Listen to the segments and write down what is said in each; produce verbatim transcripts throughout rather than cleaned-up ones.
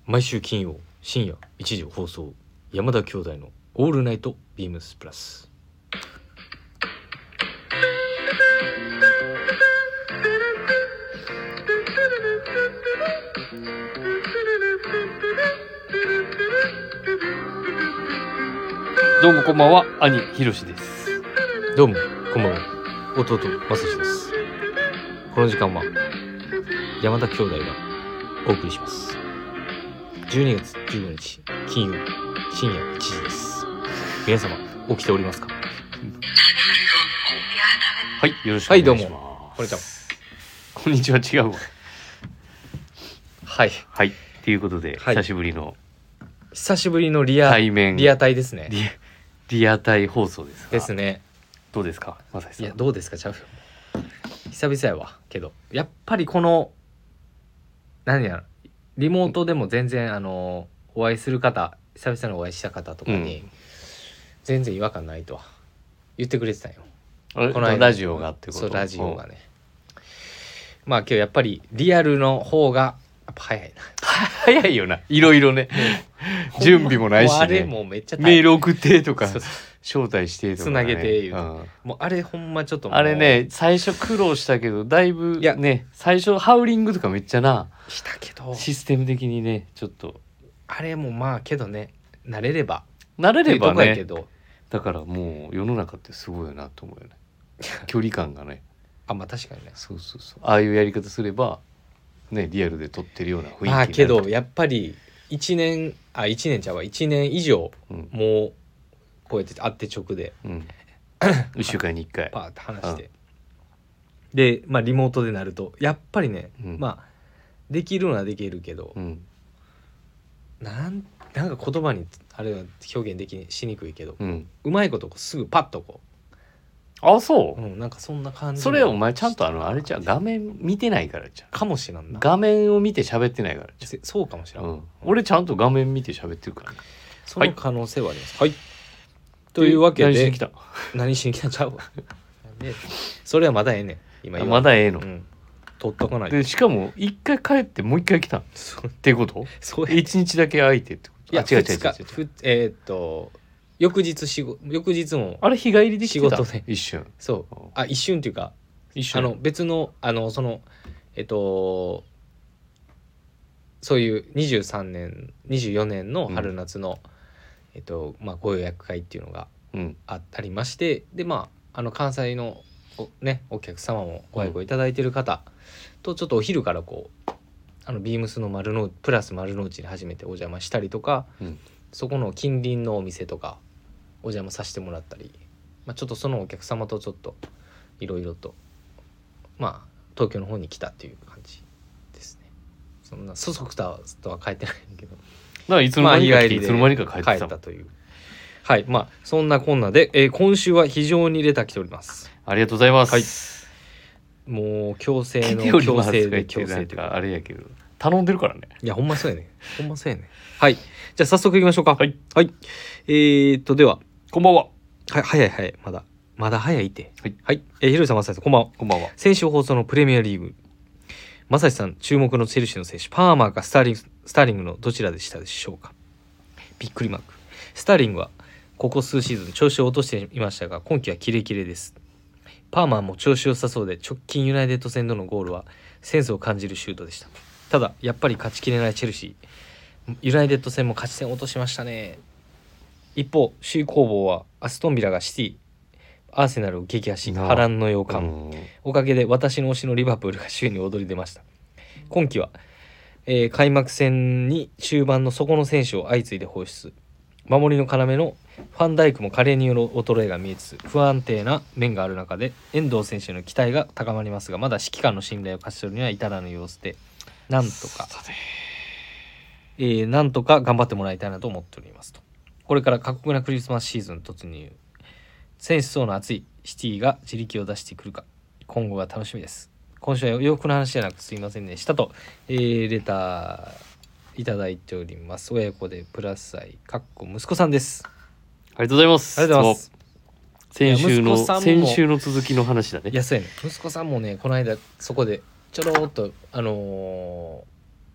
毎週金曜深夜いちじ放送、山田兄弟のオールナイトビームスプラス。 どうもこんばんは、兄ひろしです。 どうもこんばんは、弟まさしです。この時間は山田兄弟がお送りします。じゅうにがつじゅうごにち金曜深夜いちじです。皆様起きておりますか？ はい、よろしくお願いします。はい、どうもこんにちは。 こんにちは、違うわ。 はいはい、ということで、 はい、 久しぶりの久しぶりのリア対面リアタイですね。 リリアタイ放送ですがですね。 どうですか、まさしさん。 いや、どうですか、ちゃうよ。久々やわ。けどやっぱりこの何やリモートでも全然あのお会いする方、久々にお会いした方とかに、うん、全然違和感ないとは言ってくれてたよ。 この間ラジオがってこと。 そう、ラジオがね。まあ今日やっぱりリアルの方がやっぱ早いな。 早いよな、いろいろね。準備もないしね。 あれもうめっちゃメール送ってとか招待してとか、ね、 つなげて、うん、もうあれほんまちょっともうあれね、最初苦労したけどだいぶね、最初ハウリングとかめっちゃなしたけどシステム的にね、ちょっとあれもまあけどね、慣れれば慣れればね。 けどだからもう世の中ってすごいなと思うよね。距離感がね。 あ、まあ確かにね。 そうそうそう、ああいうやり方すればね、リアルで撮ってるような雰囲気になる。 まあけどやっぱりいちねんあいちねんちゃうわいちねん以上、うん、もうこうやって会って直で、うん、 いっしゅうかんにいっかいパーって話して、うん、でまあリモートでなるとやっぱりね、うん、まあできるのはできるけど、うん、なんなんか言葉にあれは表現できしにくいけど、うん、うまいことこうすぐパッとこう、 あ、そう、 うん、なんかそんな感じ。 それお前ちゃんとあのあれじゃん、画面見てないからじゃん。 かもしれんな。 画面を見て喋ってないからじゃん。 そうかもしれん、うん、 俺ちゃんと画面見て喋ってるからね。 その可能性はあります。はい、はい、というわけで何しに来た何しに来たんちゃうわでそれはまだええねん今。 まだええの、うん、 取っとかないと。 でしかも一回帰ってもう一回来たってこと。そう一日だけ空いてってこと。 いや、違う違う違う違う。えー、っと翌日仕事、翌日もあれ日帰りで来てた。 仕事で一瞬。 そう、あ、一瞬っていうか一瞬、 あの別のあのそのえっとそういうにじゅうさんねんにじゅうよねんの春夏の、うん、えっとまあご予約会っていうのがあったりまして、うん、でまああの関西のおねお客様もご愛顧いただいている方とちょっとお昼からこうあのビームスの丸のプラス丸の内に初めてお邪魔したりとか、うん、そこの近隣のお店とかお邪魔させてもらったり、まあ、ちょっとそのお客様とちょっといろいろとまあ東京の方に来たっていう感じですね。そんなそそくたとは書いてないけど、 まあいつの間にか来ていつの間にか帰ってた、 帰ったという。はい、まあそんなこんなで、えー、今週は非常にレター来ております。 ありがとうございます。はい、 もう強制の強制で強制というかあれやけど頼んでるからね。 いやほんまそうやね。ほんまそうやね。はい、じゃあ早速いきましょうか。 はい、 はい、えー、っとではこんばんは。 はい、早い早い、まだまだ早いって。 はい、 はい、えー、ひろしさん、まさしさん、こんばんは。 こんばんは。 先週放送のプレミアリーグ、まさしさん注目のチェルシーの選手、パーマーかスターリング、スターリングのどちらでしたでしょうか。びっくりマーク。スターリングはここ数シーズン調子を落としていましたが、今季はキレキレです。パーマーも調子良さそうで、直近ユナイテッド戦でのゴールはセンスを感じるシュートでした。ただやっぱり勝ちきれないチェルシー、ユナイテッド戦も勝ち点を落としましたね。一方首位攻防はアストンビラがシティ、アーセナルを撃破し波乱の予感。おかげで私の推しのリバプールが首位に躍り出ました。今季は、えー、開幕戦に中盤の底の選手を相次いで放出。守りの要のファンダイクも加齢による衰えが見えつつ不安定な面がある中で、遠藤選手の期待が高まりますが、まだ指揮官の信頼を勝ち取るには至らぬ様子で、なんとか、えー、なんとか頑張ってもらいたいなと思っておりますと。これから過酷なクリスマスシーズン突入、選手層の厚いシティが自力を出してくるか、今後が楽しみです。今週は洋服の話じゃなくすいませんでしたと、えー、レターいただいております。親子でプラス愛かっこ息子さんです。 ありがとうございます。 ありがとうございます。 先週の先週の続きの話だね。 いやそうやね。息子さんもね、この間そこでちょろっとあのー、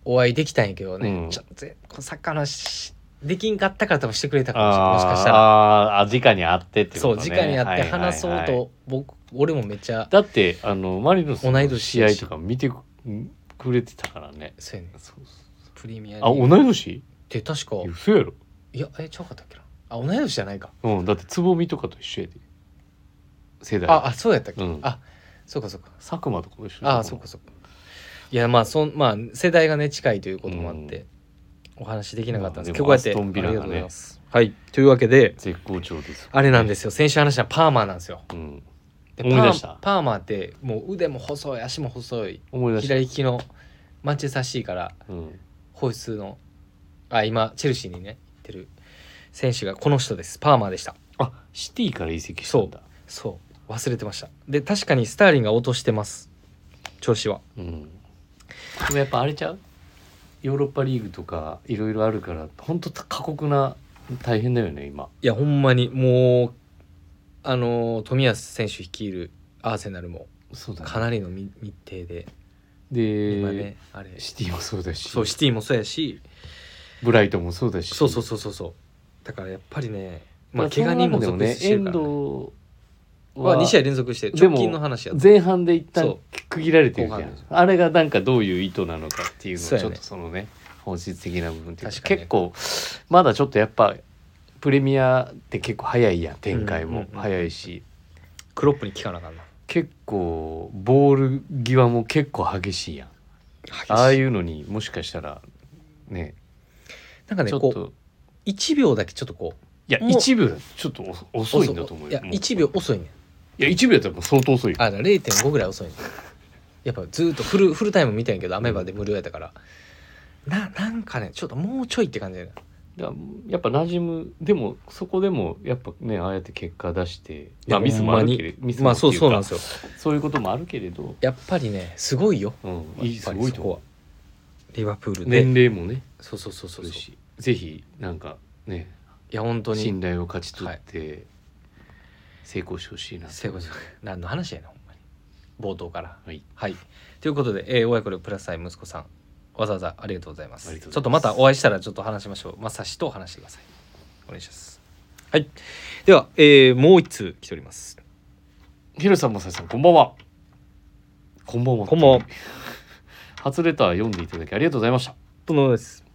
お会いできたんやけどね、 うんちょっとぜサッカーの話できんかったから多分してくれたかもしれない。 あーもしかしたらあーあ直に会ってってことね。 そう直に会って話そうと、 はいはいはい僕俺もめっちゃだってあのマリノス同いの年やし試合とか見てくくれてたからね。 そうやねそうそうプレミアリあーグ同い年？ って確か嘘やろ。 いやえちゃうかったっけなあ同い年じゃないかうんだってつぼみとかと一緒やで世代。 ああそうやったっけ、 うんあそうかそうか佐久間とかも一緒ああそうかそうかいやまあそんまあ世代がね近いということもあって、 うんお話できなかったんですけど、 まあ今日こうやってでもアストンビラがねありがとうございますはいというわけで絶好調です。 あれなんですよ先週話したパーマーなんですようんで思い出したパーパーマーってもう腕も細い足も細い思い出した。 左利きのマンチェスターシーからうん放出のあ今チェルシーにね行ってる選手がこの人です。パーマーでした。 あシティから移籍したんだ。 そう忘れてました。で確かにスターリンが落としてます調子は。 うんでもやっぱあれちゃうヨーロッパリーグとかいろいろあるから本当過酷な大変だよね今。 いやほんまにもうあの冨安選手率いるアーセナルもそうだねかなりの密日程でで、 今ねあれシティもそうだしそうシティもそうやしブライトンもそうだしそうそうそうそうそうだからやっぱりねまあその怪我人も中でもね続出してるから、ね、 遠藤はに試合連続して直近の話やった前半で一旦そう区切られてるじゃん後半でしょあれがなんかどういう意図なのかっていうのをそうやねちょっとそのね本質的な部分っていうか確かにね結構まだちょっとやっぱプレミアって結構早いやん展開もうんうんうん早いしクロップに聞かなあかんな結構ボール際も結構激しいやんああいううのにもしかしたらねなんかねこうちょっといちびょうだけちょっとこいやもういちびょうちょっと遅いんだと思うよいやもういちびょう遅いねんいやいちびょうだったら相当遅いよあだから れいてんご ぐらい遅いねんやっぱずーっとフルフルタイム見たんやけどアメバで無料やったから、ななんかねちょっともうちょいって感じだよねだからやっぱ馴染むでもそこでもやっぱねああやって結果出していやまあミスもあるけれほんまにまあそうミスもっていうかそうなんですよそういうこともあるけれど、 やっぱりねすごいようん、いいやっぱりすごいと思そこはリバプールで、 年齢もねそうそうそうそうそういするしぜひなんかねや本当に信頼を勝ち取って成功してほしいなと成功し何の話やねんほんまに冒頭からはいはいということで、えー、親子でプラスアイ息子さんわざわざありがとうございますありがとうございますちょっとまたお会いしたらちょっと話しましょうまさしと話してくださいお願いしますはいでは、えー、もう一通来ておりますヒロさんもささんこんばんはこんばんはこんばんは初レター読んでいただきありがとうございましたとのです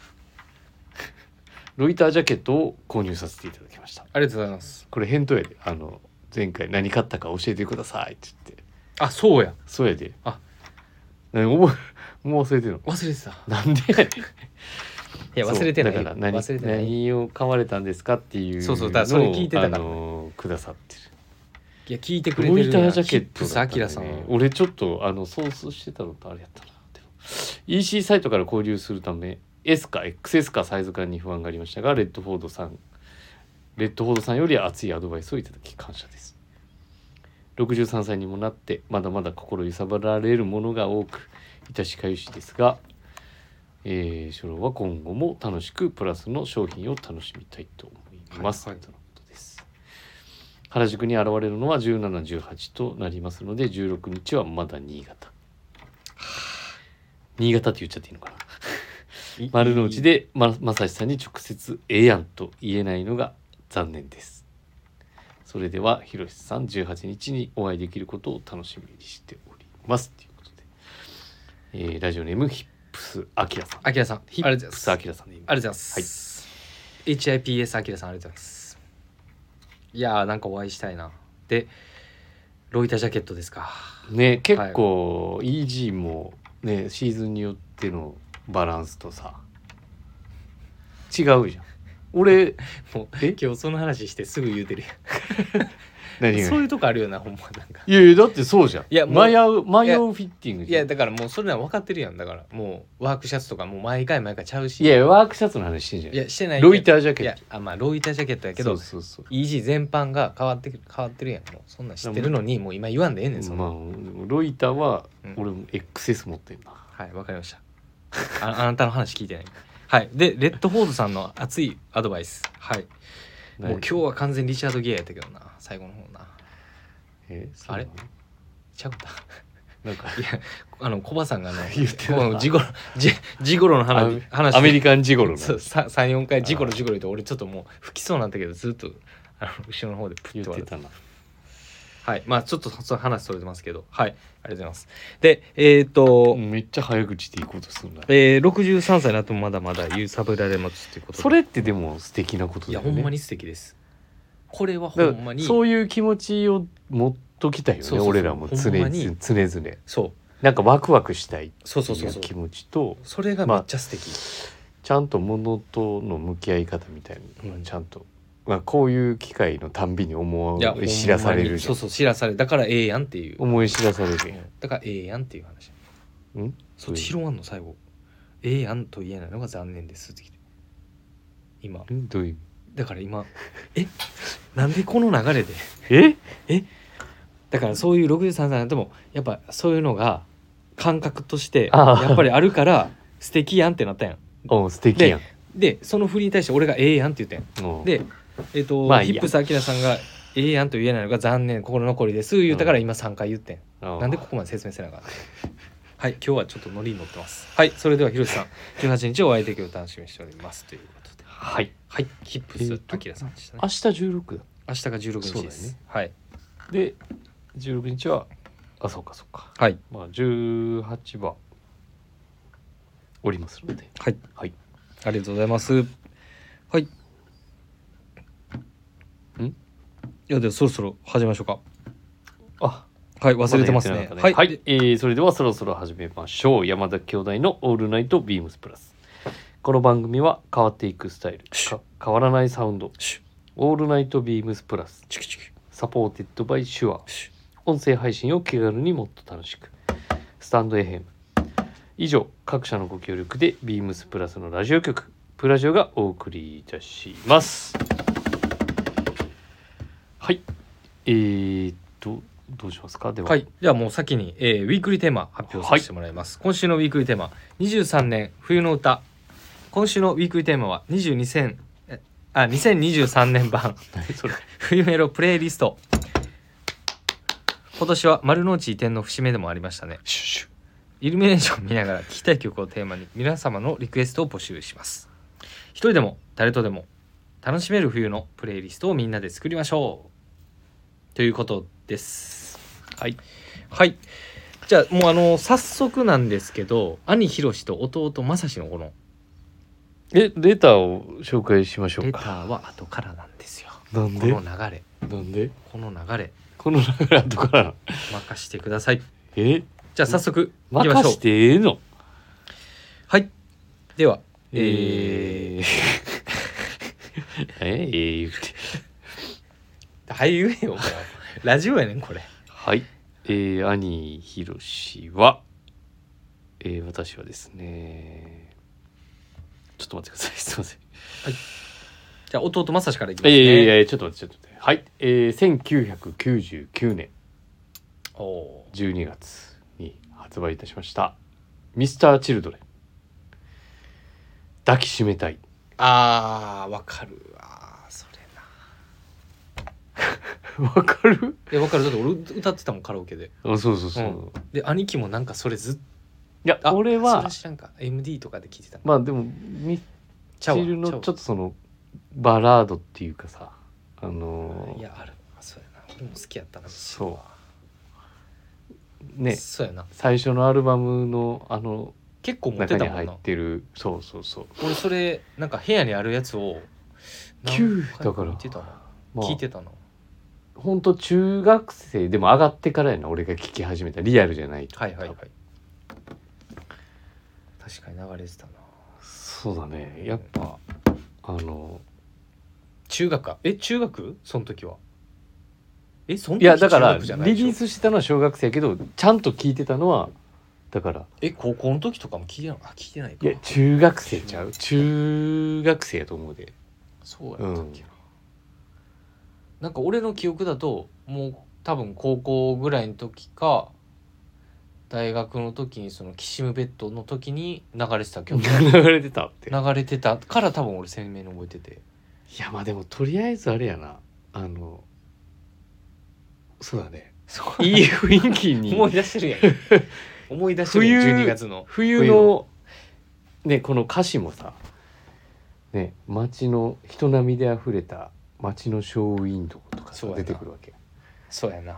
ロイタージャケットを購入させていただきましたありがとうございますこれ返答やであの前回何買ったか教えてくださいって言ってあそうやそうやであ何覚えもう忘れてるの忘れてたなんでやねんいや忘れてないよそうだから何忘れてない何を買われたんですかっていうそうそうだからそれ聞いてたからあのくださってるいや聞いてくれてるロイタージャケッヒップストだったんだアキラさんね俺ちょっとあのソースしてたのとあれやったなでも イーシー サイトから購入するため S か エックスエス かサイズ感に不安がありましたがレッドフォードさんレッドフォードさんより熱いアドバイスをいただき感謝ですろくじゅうさんさいにもなってまだまだ心揺さぶられるものが多く致しかゆしですが、えー、初老は今後も楽しくプラスの商品を楽しみたいと思います、 はいはいとのことです原宿に現れるのはじゅうしち、じゅうはちとなりますのでじゅうろくにちはまだ新潟新潟って言っちゃっていいのかな丸の内でままさしさんに直接ええやんと言えないのが残念ですそれではひろしさんじゅうはちにちにお会いできることを楽しみにしておりますということで、えー、ラジオネームヒップスアキラさんアキラさんヒありがとうございますップスアキラさんでいいありがとうございます、はい、エイチアイピーエス アキラさんありがとうございますいやーなんかお会いしたいなでロイタージャケットですかね結構、はい、イージーもねシーズンによってのバランスとさ違うじゃん俺もう今日その話してすぐ言うてるやん何がそういうとこあるよなほんまなんかいやいやだってそうじゃんいやもう迷う迷うフィッティングいじゃんやだからもうそれは分かってるやんだからもうワークシャツとかもう毎回毎回ちゃうしいやワークシャツの話してんじゃんいやしてないロイタージャケいやットあまあロイタージャケットやけどそうそうそうイージー 全般が変わって変わってるやんもうそんなん知ってるのにもう今言わんでええねんそんな、 まあロイターはうん俺も エックスエス 持ってんな、 はいわかりましたああなたの話聞いてないはいでレッドフォードさんの熱いアドバイスはいもう今日は完全リチャード・ギアやったけどな最後の方なえあれそうなのちゃうかったなんかいやあのコバさんがあの言ってたこのジゴロジジゴロの話話アメリカンジゴロのそうささんよんかいジゴロジゴロ言って俺ちょっともう吹きそうなんだけどずっとあの後ろの方でプッ言と笑ってってたな。 はいまあちょっとその話それてますけどはいありがとうございますでえっ、と、 めっちゃ早口でいこうとするな。 えー、ろくじゅうさんさいになってもまだまだ揺さぶられますっていうことでそれってでも素敵なこといだよね。 やほんまに素敵ですこれはほだからんまにそういう気持ちを持っときたいよね。 そうそうそう俺らも常ほんまに 々常々 そうなんかワクワクしたいってそうそうそうそういう気持ちと、 それがめっちゃ素敵、 ちゃんと物との向き合い方みたいなのうんがちゃんと、まあ、こういう機会のたんびに思いやい知らされるじゃん。 そうそう知らされるだからええやんっていう、 思い知らされるうんだからええやんっていう話やん。んそっち広がんの最後ええやんと言えないのが残念ですって来て今んどういうだから今えなんでこの流れでええだからそういうろくじゅうさんさいになってもやっぱそういうのが感覚としてああやっぱりあるから素敵やんってなったやんお素敵やん。 でその振りに対して俺がええやんって言ったやんおでえっ、と、 まあいいやヒップスアキラさんがええやんと言えないのが残念心残りです言うたから今さんかい言ってん、 あなんでここまで説明せなあかったはい今日はちょっとノリに乗ってますはいそれではひろしさんじゅうはちにちお会いできるを楽しみにしておりますということではいはいヒップスえーとアキラさんでしたね、 明日じゅうろくだ明日がじゅうろくにちです、 そうだよねはいでじゅうろくにちはあそうかそうかはいまあじゅうはちはおりますのではいはいありがとうございますはいんいやではそろそろ始めましょうかあはい忘れてますねまだやってなかったはい、 はい、えーそれではそろそろ始めましょう。山田兄弟のオールナイトビームスプラス。この番組は変わっていくスタイル、か変わらないサウンド、 シュオールナイトビームスプラス、 チキチキサポーテッドバイシュア。 シュ音声配信を気軽にもっと楽しく。スタンドエヘム。以上、各社のご協力でビームスプラスのラジオ局、プラジオがお送りいたします。はい。えーっと、どうしますかでは。 はい、ではもう先に、えーウィークリーテーマ発表させてもらいます、今週のウィークリーテーマにじゅうさんねん冬の歌今週のウィークリーテーマはにじゅうにせんえあにせんにじゅうさんねん版何それ。 冬メロプレイリスト今年は丸の内移転の節目でもありましたねシュシュ。 イルミネーションを見ながら聴きたい曲をテーマに皆様のリクエストを募集します一人でも誰とでも楽しめる冬のプレイリストをみんなで作りましょうということですはい。 はいじゃあもうあの早速なんですけど兄ひろしと弟まさしのこのえ、レターを紹介しましょうレか。 ターは後からなんですよなんでこの流れなんでこの流れこの流れ後からな任してくださいえじゃあ早速いきましょう任してええのはいではええー、ええー、言ってー、はい言えよお前ラジオやねんこれはいえー、兄ひろしはえー、私はですねちょっと待ってくださいすいませんじゃあ弟まさしからいきますいねやいやいやちょっと待ってちょっと待ってはいえー、せんきゅうひゃくきゅうじゅうきゅうねんおおじゅうにがつに発売いたしましたミスターチルドレン抱きしめたいあーわかるわそれなわかるいやわかるだって俺歌ってたもんカラオケであそうそうそう、 うんで兄貴もなんかそれずっいやあ俺はそれ知らんか エムディー とかで聞いてたまあでもミスちゃうわチルのちゃうわちょっとそのバラードっていうかさあのーいやあるあそうやな俺も好きやったなそうねそうやな最初のアルバムのあの結構持って中に入たもんなってるそうそうそう俺それなんか部屋にあるやつをきゅう何回だから見てたな、 まあ聞いてたなほんと中学生でも上がってからやな俺が聴き始めたリアルじゃないはいはいはい確かに流れてたなそうだねやっぱあの中学かえ中学その時はえその時いやだから中学じゃないでしょリリースしたのは小学生やけどちゃんと聴いてたのはだからえ高校の時とかも聞いてないあ聞いてないかいや中学生ちゃう中学生やと思うでそうやったっけな、なんか俺の記憶だともう多分高校ぐらいの時か大学の時にそのキシムベッドの時に流れてた曲が流れてたって流れてたから多分俺鮮明に覚えてていやまあでもとりあえずあれやなあのそうだねそういい雰囲気に思い出してるやん思い出してるやんじゅうにがつの冬のねこの歌詞もさね街の人並みであふれた街のショーウィンドウとかさそうやな出てくるわけ。 そうやな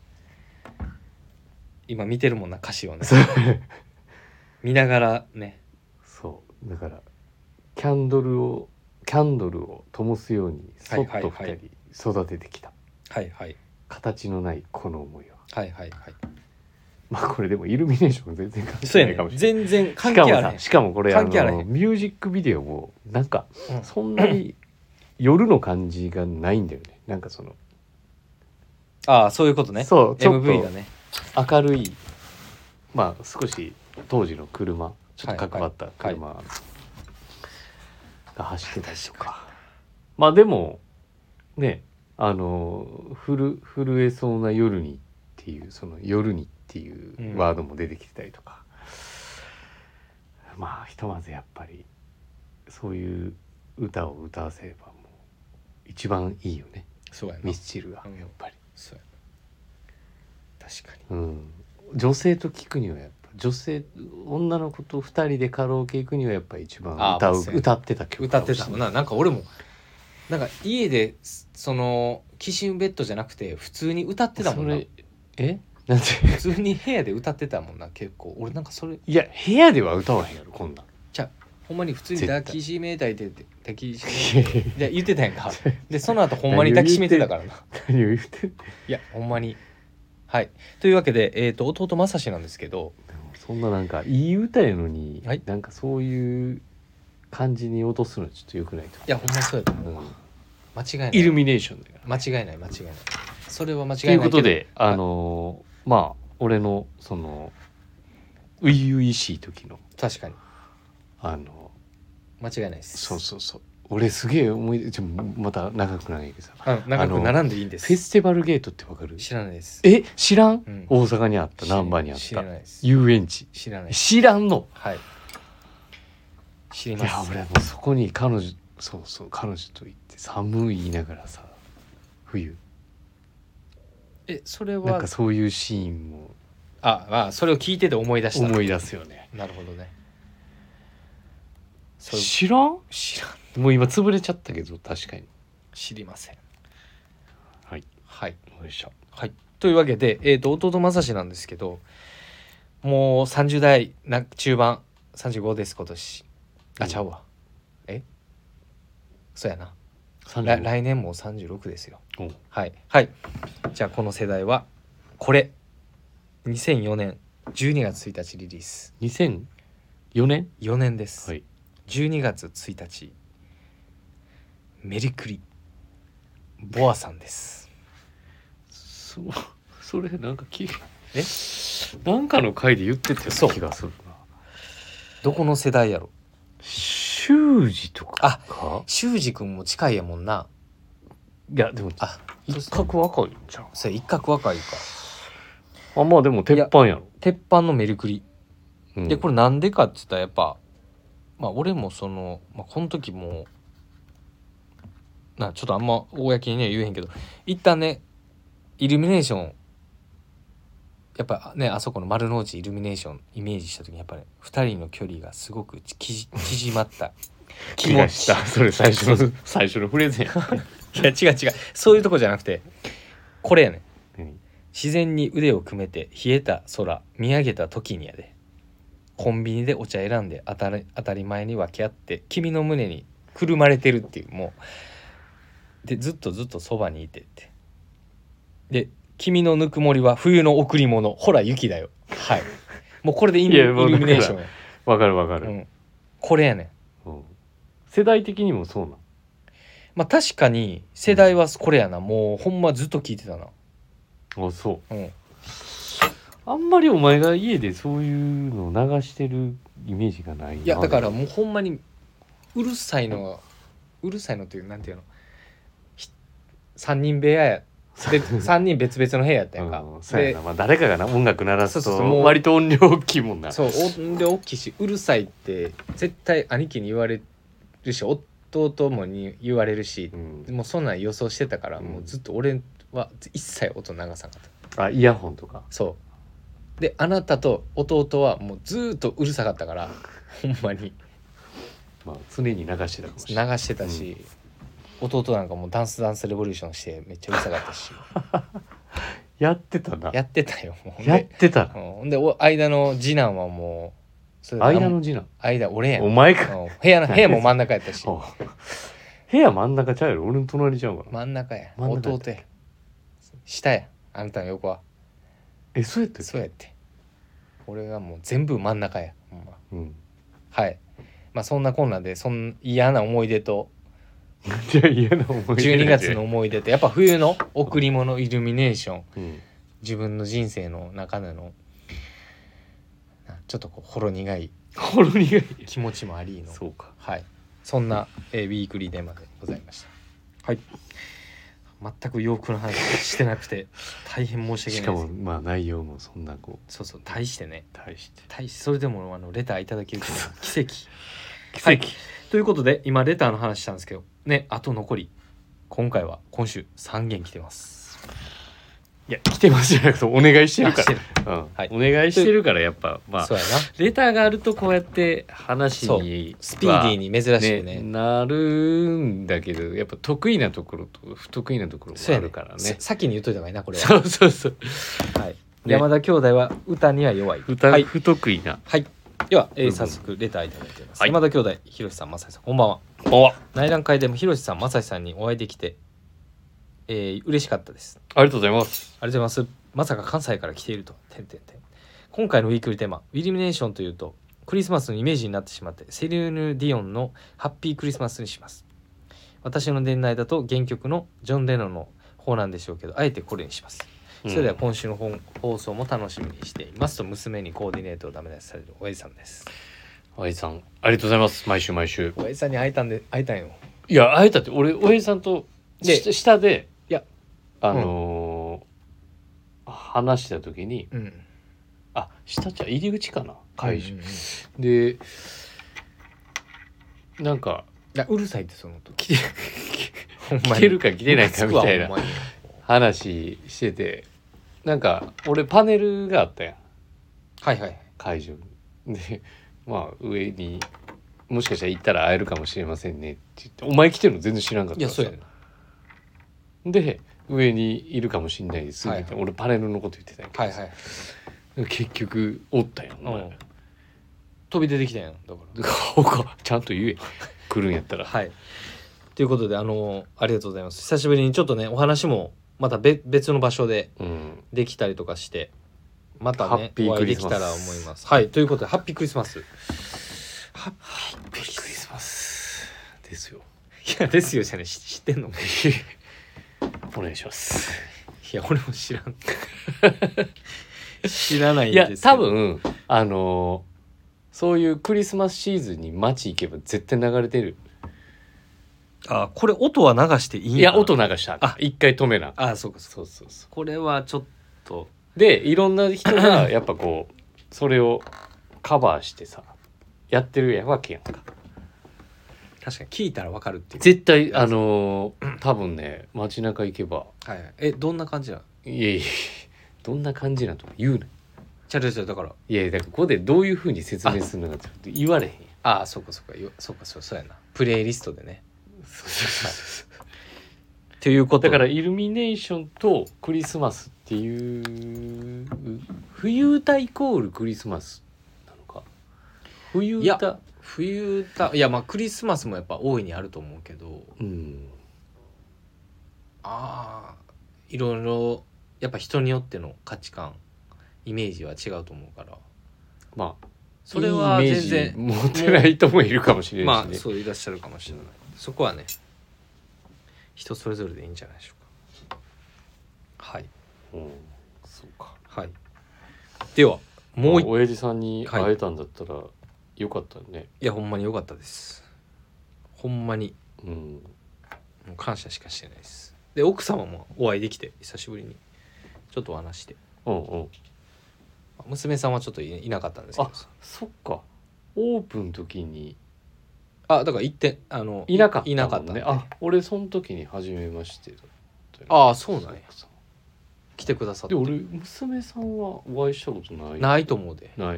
今見てるもんな歌詞をねそう見ながらねそうだからキャンドルをキャンドルを灯すようにそっと二はいはいはい人育ててきた、 はいはい形のないこの思いははいはいはいまあこれでもイルミネーション全然関そうやね係ないかもしれない。 全然関しかも係あらへんさしかもこれあ関係あらへんのミュージックビデオもなんかうんそんなに夜の感じがないんだよね。なんかそのああそういうことねそうちょっエムブイとがね明るいまあ少し当時の車ちょっと角張った車が走ってたりとか、まあでもねあの震震えそうな夜にっていうその夜にっていうワードも出てきてたりとか、うん、まあひとまずやっぱりそういう歌を歌わせればもう一番いいよね。 そうやなミスチルがやっぱり、 そうやな確かにうん、女性と聞くにはやっぱ女性女の子とふたりでカラオケ行くにはやっぱ一番歌うあーまあそうやな歌ってた曲歌ってたもんななんか俺もなんか家でそのキシンベッドじゃなくて普通に歌ってたもんなそれえなんで普通に部屋で歌ってたもんな結構俺なんかそれいや部屋では歌わへんやろこんなんじゃほんまに普通に絶対抱きしめたいで抱きしめたいで言ってたやんかでその後ほんまに抱きしめてたからな何を言ってんのいやほんまにはいというわけで、えー、と弟正志なんですけどでもそんななんかいい歌やのに、 はいなんかそういう感じに落とすのはちょっと良くないといやほんまそうやと思う、 思う、 間違いないイルミネーションだから間違いない間違いないそれは間違いとないいうけどことであのーまあ俺のその初々しい時の確かにあの間違いないですそうそうそう俺すげえ思い出ちょまた長くないけどさうん長く並んでいいんですフェスティバルゲートってわかる？ 知らないですえ知らん、 うん大阪にあった難波にあっ知らたないです遊園地知らないです知らんの？ はい知りいますや俺もうそこに彼女そうそう彼女と行って寒い言いながらさ冬えそれなんはかそういうシーンもあまあそれを聞いてて思い出した思い出すよね。 なるほどねそういう知らん？ 知らんもう今潰れちゃったけど確かに。 知りませんはいはいよいしょ。 はいというわけで、えー、と弟正志なんですけどもうさんじゅう代な中盤さんじゅうごです今年あ、 うんちゃうわえそうやなさんじゅうご来来年もさんじゅうろくですよおはいはいじゃあこの世代はこれにせんよねんじゅうにがつついたちリリースにせんよねんよねんです、 はいじゅうにがつついたちメリクリボアさんですそそれなんかきえなんかの回で言ってたよそううな気がするな。 どこの世代やろ修二とかか修二君も近いやもんないやでもあ一角若いんじゃん。 それ一角若いかあまあでも鉄板やろ。 鉄板のメリクリ、 うんでこれなんでかって言ったらやっぱまあ俺もその、まあ、この時もなちょっとあんま公にね言えへんけど一旦ねイルミネーションやっぱねあそこの丸の内イルミネーションイメージした時にやっぱり、ね、ふたりの距離がすごくちき縮まった気がしたそれ最初の最初のフレーズやいや違う違うそういうとこじゃなくてこれやねん自然に腕を組めて冷えた空見上げた時にやでコンビニでお茶選んで当たり当たり前に分け合って君の胸にくるまれてるっていうもうでずっとずっとそばにいてってで君のぬくもりは冬の贈り物ほら雪だよはいもうこれでインイいやもうルミネーションや、 わかるわかる、 うん、これやねんうん世代的にもそうなん。 まあ確かに世代はこれやなもうほんまずっと聞いてたなあそううんあんまりお前が家でそういうのを流してるイメージがないな。 いやだからもうほんまにうるさいのがうるさいのっていうなんていうのひさんにん部屋やさんにん別々の部屋やったやんか、 うん、そうやな、まあ、誰かがな音楽鳴らすとそうそうそうもう割と音量大きいもんな。 そう音量大きいしうるさいって絶対兄貴に言われるし弟もに言われるし、 うん、 もうそんなん予想してたから、 うんもうずっと俺は一切音流さなかったあイヤホンとかそうであなたと弟はもうずーっとうるさかったからほんまにまあ常に流してたかもし流れないしてたし、弟なんかもうダンスダンスレボリューションしてめっちゃうるさかったしやってたなやってたよもうほんやっで、 てたなうん、ほんでお間の次男はもうそれで間の次男間俺やん、 お前かうん部屋の部屋も真ん中やったしお部屋真ん中ちゃうやろ俺の隣ちゃうから真ん中や真ん中や弟や下やあんたの横はえそうやったっけそうやって俺がもう全部真ん中やほんまうんはいまあそんなこんなでそん嫌な思い出とじゃあ嫌な思い出じゅうにがつの思い出とやっぱ冬の贈り物イルミネーションうん自分の人生の中でのなちょっとこうほろ苦いほろ苦い気持ちもありのそうかはいそんな、えーウィークリーテーマでございましたはい全く洋服の話してなくて大変申ししか訳ないですもまあ内容もそんなこうそうそう大してね大して大してそれでもあのレターいただけるというのは奇跡奇跡、 はいということで今レターの話したんですけどねあと残り今回は今週さんげん来てますいや来てますじゃなくてお願いしてるかあしてるら、うんはいお願いしてるからやっぱまあそうやなレターがあるとこうやって話にスピーディーに珍しくねなるんだけどやっぱ得意なところと不得意なところもあるからねさ先に言っといた方がいいなこれはそうそうそうはいね山田兄弟は歌には弱い歌はい、 不得意な、 はい、では、えーうん早速レターいただいています、 はい山田兄弟ひろしさんまさしさんこんばんはこんばんは内覧会でもひろしさんまさしさんにお会いできて、えー、嬉しかったですありがとうございますありがとうございますまさか関西から来ているとてんてんてん今回のウィークリーテーマイルミネーションというとクリスマスのイメージになってしまってセリーヌ・ディオンのハッピークリスマスにします私の年代だと原曲のジョン・レノンの方なんでしょうけどあえてこれにしますそれでは今週の本放送も楽しみにしていますと娘にコーディネートをダメ出しされるおやじさんですおやじさんありがとうございます毎週毎週おやじさんに会えたんで会えたんよいや会えたって俺おやじさんとでし下でいやあのー話した時にうんあ下じゃ入り口かな会場、 うんうんうんいでなんかやうるさいってその時来てほんまに来てるか来てないかみたいなほんまに話しててなんか俺パネルがあったやんはいはい会場にでまあ上にもしかしたら行ったら会えるかもしれませんねって言ってお前来てるの全然知らんかったからさいやそうやなで上にいるかもしれないです、 はいはいみたいな俺パネルのこと言ってたんやけどさはいはい結局おったやんお前うん飛び出てきたやんだから顔かちゃんと言え来るんやったらはいということであのありがとうございます久しぶりにちょっとねお話もまた別別の場所でうんできたりとかしてまたハッピーねお会いできたら思いますはいということでハッピークリスマスハッびっくりしますですよいやですよじゃね知知ってんのお願いしますいや俺も知らん知らないんいやですけど多分あのーそういうクリスマスシーズンに街行けば絶対流れてるあこれ音は流していいんいや音な流したあ一回止めなあそうかそうそうそうそこれはちょっとうでいろんな人がやっぱこうそれをカバーしてさやってるやわけやんか確かに聞いたらわかるっていう絶対あのー多分ね街中行けばはいはいえどんな感じなのいやいやどんな感じなとか言うねチャルチャルだからいやいやだからここでどういうふうに説明するのかちょっと言われへんやんああそうかそうかよそうかそうそうやなプレイリストでねそうそうそうそうということだからイルミネーションとクリスマスっていう冬歌イコールクリスマスなのか冬いや歌冬歌いやまあクリスマスもやっぱ大いにあると思うけどうんああいろいろやっぱ人によっての価値観イメージは違うと思うからまあそれはいいイメージ全然持ってない人もいるかもしれないしね、 まあそういらっしゃるかもしれない、そこはね人それぞれでいいんじゃないでしょうかはいうん、そうかはいではもう一まあ親父さんに会えたんだったらよかったね、 いやほんまに良かったですほんまにうんもう感謝しかしてないですで奥様もお会いできて久しぶりにちょっとお話してうんうん娘さんはちょっといいなかったんですけどあそっかオープンの時にあだから行ってあのいなかったもんねいなかったんであ俺その時に初めましてだったよねああそうなんや来てくださってで俺娘さんはお会いしたことないないと思うで、 ない、 う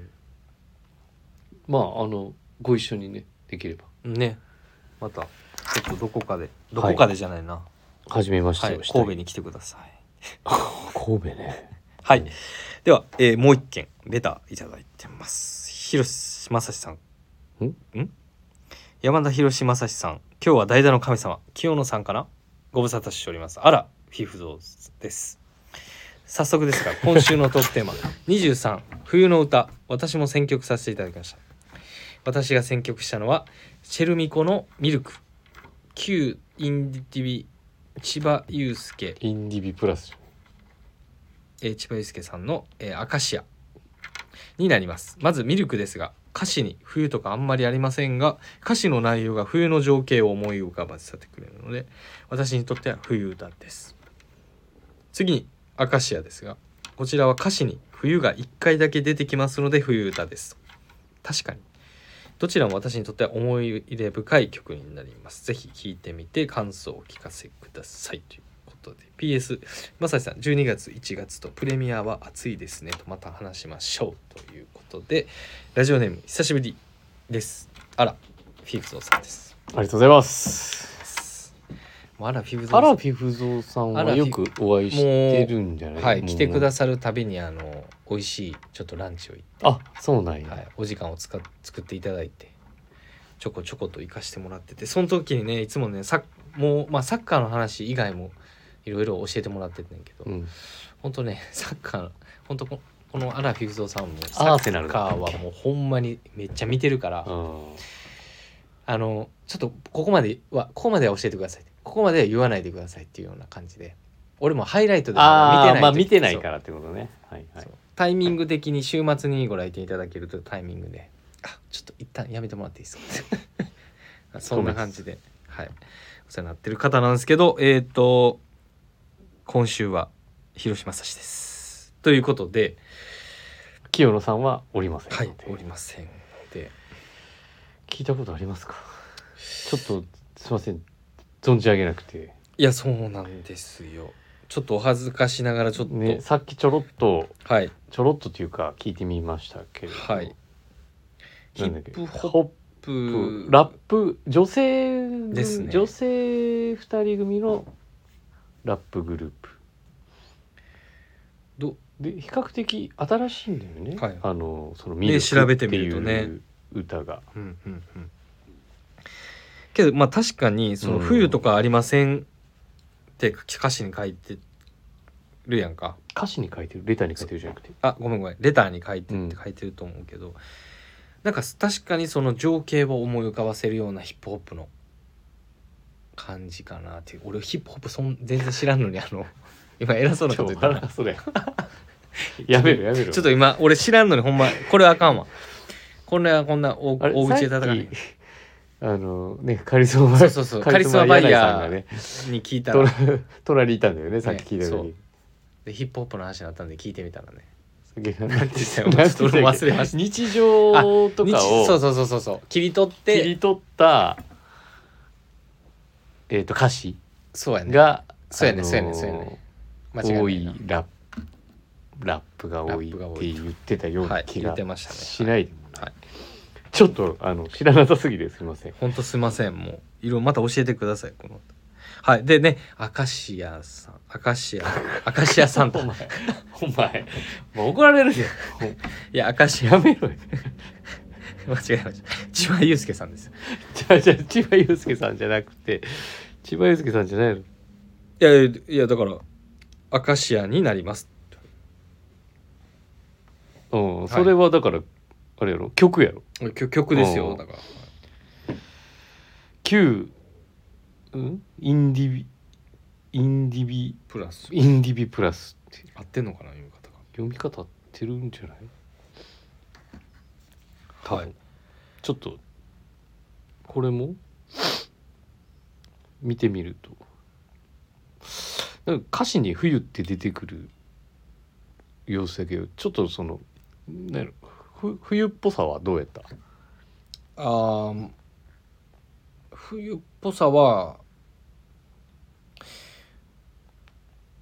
まああのご一緒にねできればん、ねまたちょっとどこかでどこかでじゃないな、 初めましはいてをしたい、 神戸に来てください。 神戸ねはいでは、えーもう一件レターいただいてます。広志正史さんんん山田広志正史さん、今日は代打の神様清野さんかな、ご無沙汰しております。あらフィフゾーです。早速ですが今週のトークテーマにじゅうさん冬の歌、私も選曲させていただきました。私が選曲したのはチェルミコのミルク、旧インディビ千葉雄介、 インディビプラスえー千葉雄介さんの、えーアカシアになります。まずミルクですが、歌詞に冬とかあんまりありませんが、歌詞の内容が冬の情景を思い浮かばせてくれるので、私にとっては冬歌です。次にアカシアですが、こちらは歌詞に冬がいっかいだけ出てきますので冬歌です。確かにどちらも私にとっては思い入れ深い曲になります。ぜひ聴いてみて感想をお聞かせくださいということで、 ピーエス まさしさんじゅうにがついちがつとプレミアは暑いですねとまた話しましょうということで、ラジオネーム久しぶりです。あらフィフゾーさんです。 ありがとうございます。 もうあらフィフゾーさん、 アラフィフゾーさんはよくお会いしてるんじゃない？ はい、来てくだささるたびにあの美味しいちょっとランチを行って、 あ、そうなんや、 はい、お時間を使っ作っていただいてちょこちょこと行かしてもらってて、その時にねいつもねサもう、まあ、サッカーの話以外もいろいろ教えてもらっててんけど、 うん、 本当ねサッカー本当ここのアラフィフゾーさんもサアーセナルッカーはもうほんまにめっちゃ見てるから、 うん、 あのちょっとここまではここまでは教えてください、ここまでは言わないでくださいっていうような感じで、俺もハイライトで見てない時、 あーまあ見てないからってことね。はいはい。 タイミング的に週末にご来店いただけるとタイミングで、あちょっと一旦やめてもらっていいですかそんな感じで、はい、お世話になってる方なんですけど、えっ、ー、と今週は広島正史ですということで、 清野さんはおりませんので、 はいおりませんで、 聞いたことありますか？ちょっとすいません、存じ上げなくて。 いやそうなんですよ、ちょっとお恥ずかしながらちょっと、 ね、さっきちょろっとはいちょろっとというか聞いてみましたけれど、 はいヒなんだっけップホップラップ女性ですね、 女性ふたり組のラップグループどで比較的新しいんだよね、 はいあのそのミルク調べてっていみるとねう歌が、 うんうんうんけどまあ確かにそのうん冬とかありませんって歌詞に書いてるやんか、 歌詞に書いてるレターに書いてるじゃなくて、 あごめんごめんレターに書いてうんって書いてると思うけど、なんか確かにその情景を思い浮かばせるようなヒップホップの感じかなっていう。俺ヒップホップそん全然知らんのにあの今偉そうなこと言ったなそれやめろやめろ。 ちょっと今俺知らんのにほんまこれあかんわ、これはこんな大あれ大口で叩かないさっきあのねカリスマそうそうそうカリスマバイヤー柳井さんがねに聞いたとら隣にいたんだよね、さっき聞いた時に。 でヒップホップの話になったんで聞いてみたらね、 ななんて言ったよちょっと俺も忘れました日常とかをそうそうそうそうそう切り取って切り取ったえっと歌詞そうやねがそうやねあのーそうやねそうやね間違いないな多いラップラップが多いってラップが多い言ってたような気はい言がってましたねしないでもない、 はいちょっとあの知らなさすぎてすいません。 ほんとすいません、もういろいろまた教えてくださいこのはいでねアカシアさんアカシアアカシアさんとお前お前もう怒られるよいやアカシアやめろよ間違えました千葉雄介さんです。 じゃあじゃあ千葉雄介さんじゃなくて千葉雄介さんじゃないの。 いやいやだからアカシアになりますうん、 はいそれはだからあれやろ曲やろ。 曲曲ですうんよだから旧、うん、インディビインディビプラスインディビプラスって合ってんのかな読み方読み方合ってるんじゃない？ がはいちょっとこれも見てみるとなんか歌詞に冬って出てくる様子だけどちょっとそのなんやろふ冬っぽさはどうやった？ あー冬っぽさは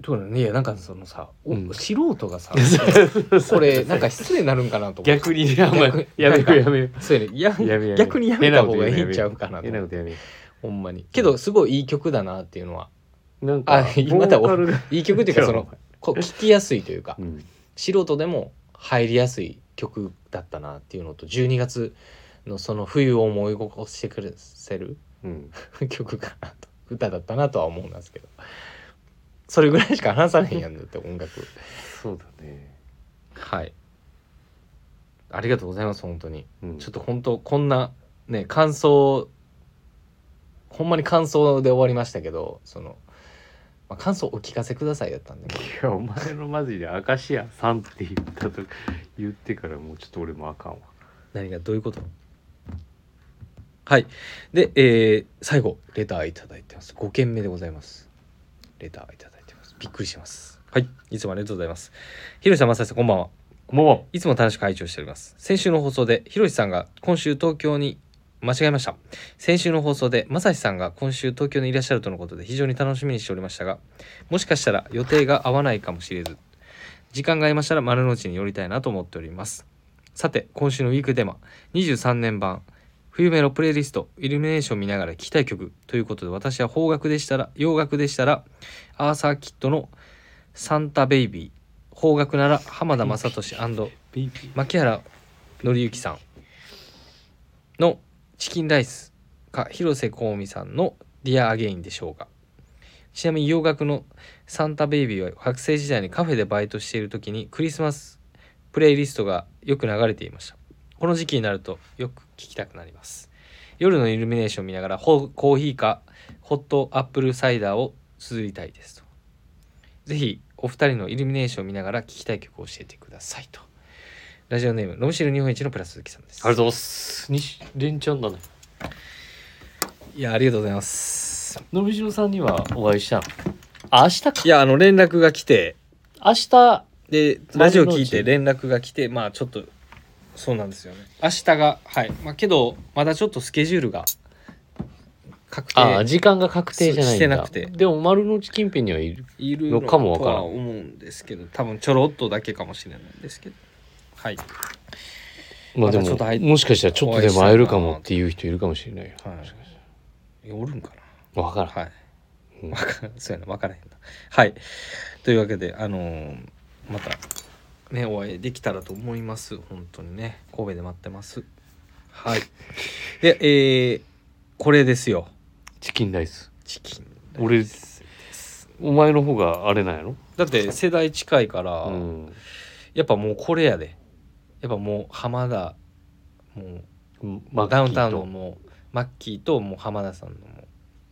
どうなの？いやなんかそのさ、おうん素人がさこれなんか失礼になるんかなと思って逆にねあんまりやめようやめようそうやねややめようやめよう逆にやめた方がいいんちゃうかなと変な思ってことやめよほんまにけどすごいいい曲だなっていうのはうなんかあまたボーカルがいい曲っていうかそのこう聴きやすいというかうん素人でも入りやすい曲だったなっていうのとじゅうにがつのその冬を思い起こしてくれせるうん曲かなと歌だったなとは思うんですけどそれぐらいしか話されへんやんだって音楽そうだねはいありがとうございます本当に、 うんちょっと本当こんなね感想ほんまに感想で終わりましたけどその、まあ、感想お聞かせくださいやったんでいやお前のマジで明石家さんって言ったと言ってからもうちょっと俺もあかんわ何がどういうことはいで、えー、最後レターいただいてますごけんめでございますレターいただいてますびっくりしますはいいつもありがとうございますひろしさんまさしさんこんばんはもいつも楽しく拝聴しております先週の放送でひろしさんが今週東京に間違えました先週の放送でまさしさんが今週東京にいらっしゃるとのことで非常に楽しみにしておりましたがもしかしたら予定が合わないかもしれず時間が合いましたら丸の内に寄りたいなと思っておりますさて今週のウィークテーマにじゅうさんねん版冬メロプレイリストイルミネーション見ながら聴きたい曲ということで私は邦楽でしたら洋楽でしたらアーサー・キッドのサンタベイビー邦楽なら浜田雅俊ベイビー牧原紀之さんのチキンライスか広瀬香美さんのディアアゲインでしょうかちなみに洋楽のサンタベイビーは学生時代にカフェでバイトしている時にクリスマスプレイリストがよく流れていましたこの時期になるとよく聴きたくなります夜のイルミネーションを見ながらコーヒーかホットアップルサイダーをすりたいですとぜひお二人のイルミネーションを見ながら聴きたい曲を教えてくださいとラジオネームのむしろ日本一のプラス鈴木さんですありがとうございます西連チャンだねいやありがとうございますのびしろさんにはお会いしたのあ明日かいやあの連絡が来て明日でラジオ聞いて連絡が来てまあちょっとそうなんですよね明日がはいまあけどまだちょっとスケジュールが確定ああ時間が確定じゃないんだしてなくてでも丸の内近辺にはいるいるののかもわからんとは思うんですけど多分ちょろっとだけかもしれないんですけどはいまあでもまだちょっと会いもしかしたらちょっとでも会えるかもっていう人いるかもしれないよはいおるんか分からんなはいうんわからんそうやな分からへんなはいというわけであのーまたねお会いできたらと思います本当にね神戸で待ってますはいでえー、これですよチキンライスチキン俺ですお前の方があれなんやろだって世代近いから、 うんやっぱもうこれやでやっぱもう浜田もうマッキーとダウンタウンのもうマッキーともう浜田さんのもう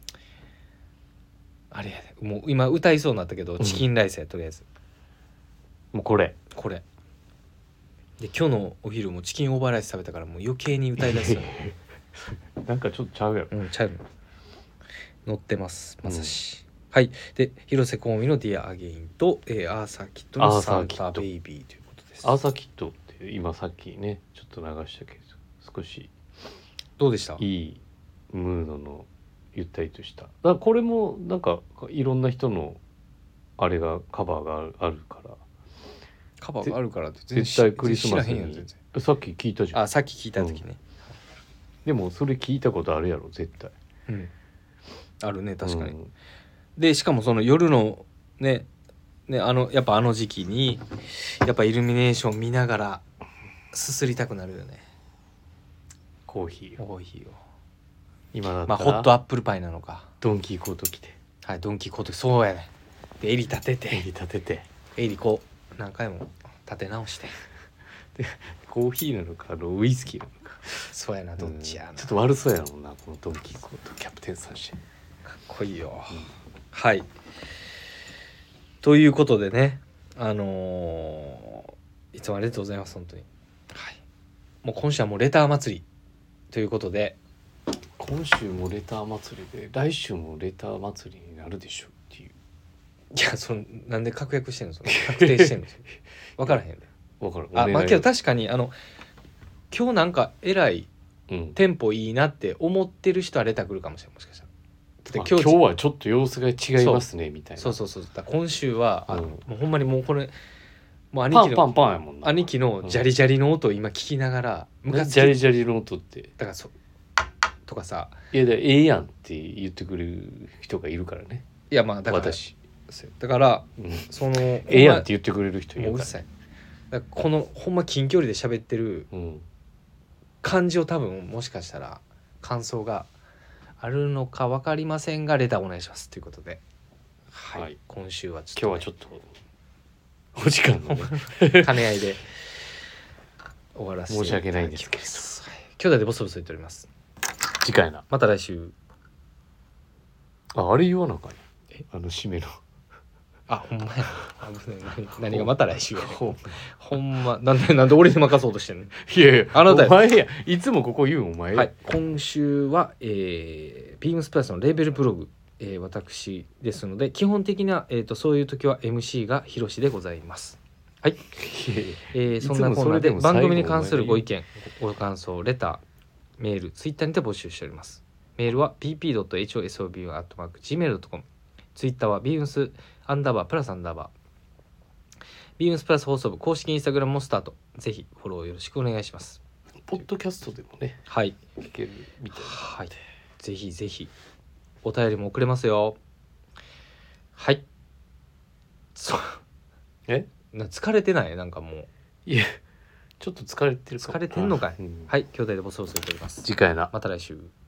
あれやでもう今歌いそうになったけど、 うんチキンライスやとりあえずもうこれこれで今日のお昼もチキンオーバーライス食べたからもう余計に歌いだすよ、 なんかちょっとちゃうやろうん、チャイム乗ってますまさし、うん、はいで広瀬香美のディアアゲインと、えー、アーサーキッドのサンタベイビーということですアーサーキットって今さっきねちょっと流したけど少しどうでしたいいムードのゆったりとしただからこれもなんかいろんな人のあれがカバーがあるあるからカバーがあるからって絶対クリスマス知らへんやんに全然さっき聞いたじゃんあさっき聞いた時ね、 でもそれ聞いたことあるやろ絶対うん、あるね確かに、 うんでしかもその夜のねねあのやっぱあの時期にやっぱイルミネーション見ながらすすりたくなるよねコーヒーをコーヒーを今だったら、 まあホットアップルパイなのかドンキーコート着てはいドンキーコートそうやねで襟立てて襟立てて襟こう何回も立て直してコーヒーなのかあのウイスキーなのかそうやなどっちやな、 うんちょっと悪そうやもんなこのドンキーコートキャプテンさんしてかっこいいよ、うん、はいということでねあのー、いつもありがとうございます本当にはいもう今週はもうレター祭りということで今週もレター祭りで来週もレター祭りになるでしょっていういやそのなんで確約してんのその確定してんの分からへんで分かるあまあけど確かにあの今日なんかえらいうんテンポいいなって思ってる人はレター来るかもしれないもしかしたらで今日はちょっと様子が違いますねみたいな。 そうそうそうだ今週は、うん、あもうほんまにもうこれもう兄貴のパンパンパンやもんな。 兄貴のジャリジャリの音を今聞きながら、 うん、ジャリジャリの音ってだからそうとかさ、 いやだええやんって言ってくれる人がいるからね。 いやまあだから私だから、うん、そのええやんって言ってくれる人いるから、 うるさい。だからこのほんま近距離で喋ってる感じを多分もしかしたら感想があるのか分かりませんがレターお願いしますということで、はい、はい、今週はちょっと、ね、 今日はちょっとお時間のね兼ね合いで終わらせて申し訳ないんですけれど、 兄弟でボソボソ言っております。 次回なまた来週。 ああれ言わなあかんやえあの締めのあほんまや何, 何がまた来週やねほ, ほんまなんでなんで俺に任そうとしてんの。 いやいやあなたやお前やいつもここ言うお前や、 はい、今週は、えー、ビームスプラスのレーベルブログ、えー、私ですので基本的な、えー、とそういう時は エムシー がひろしでございます。はい、えー、そんなこんなで番組に関するご意見ご感想レターメールツイッターにて募集しております。メールは ピーピードットエイチオーエスオービーアットマークジーメールドットコム ツイッターはビームスアンダーバープラスアンダーバービームスプラス放送部公式インスタグラムもスタート。ぜひフォローよろしくお願いします。 ポッドキャストでもねはい聞けるみたいな、 はい、ぜひぜひお便りも送れますよ。はいそうえな疲れてないなんかもういやちょっと疲れてるか疲れてんのかい、 うん、 はい兄弟でボソボソ言っております。 次回なまた来週。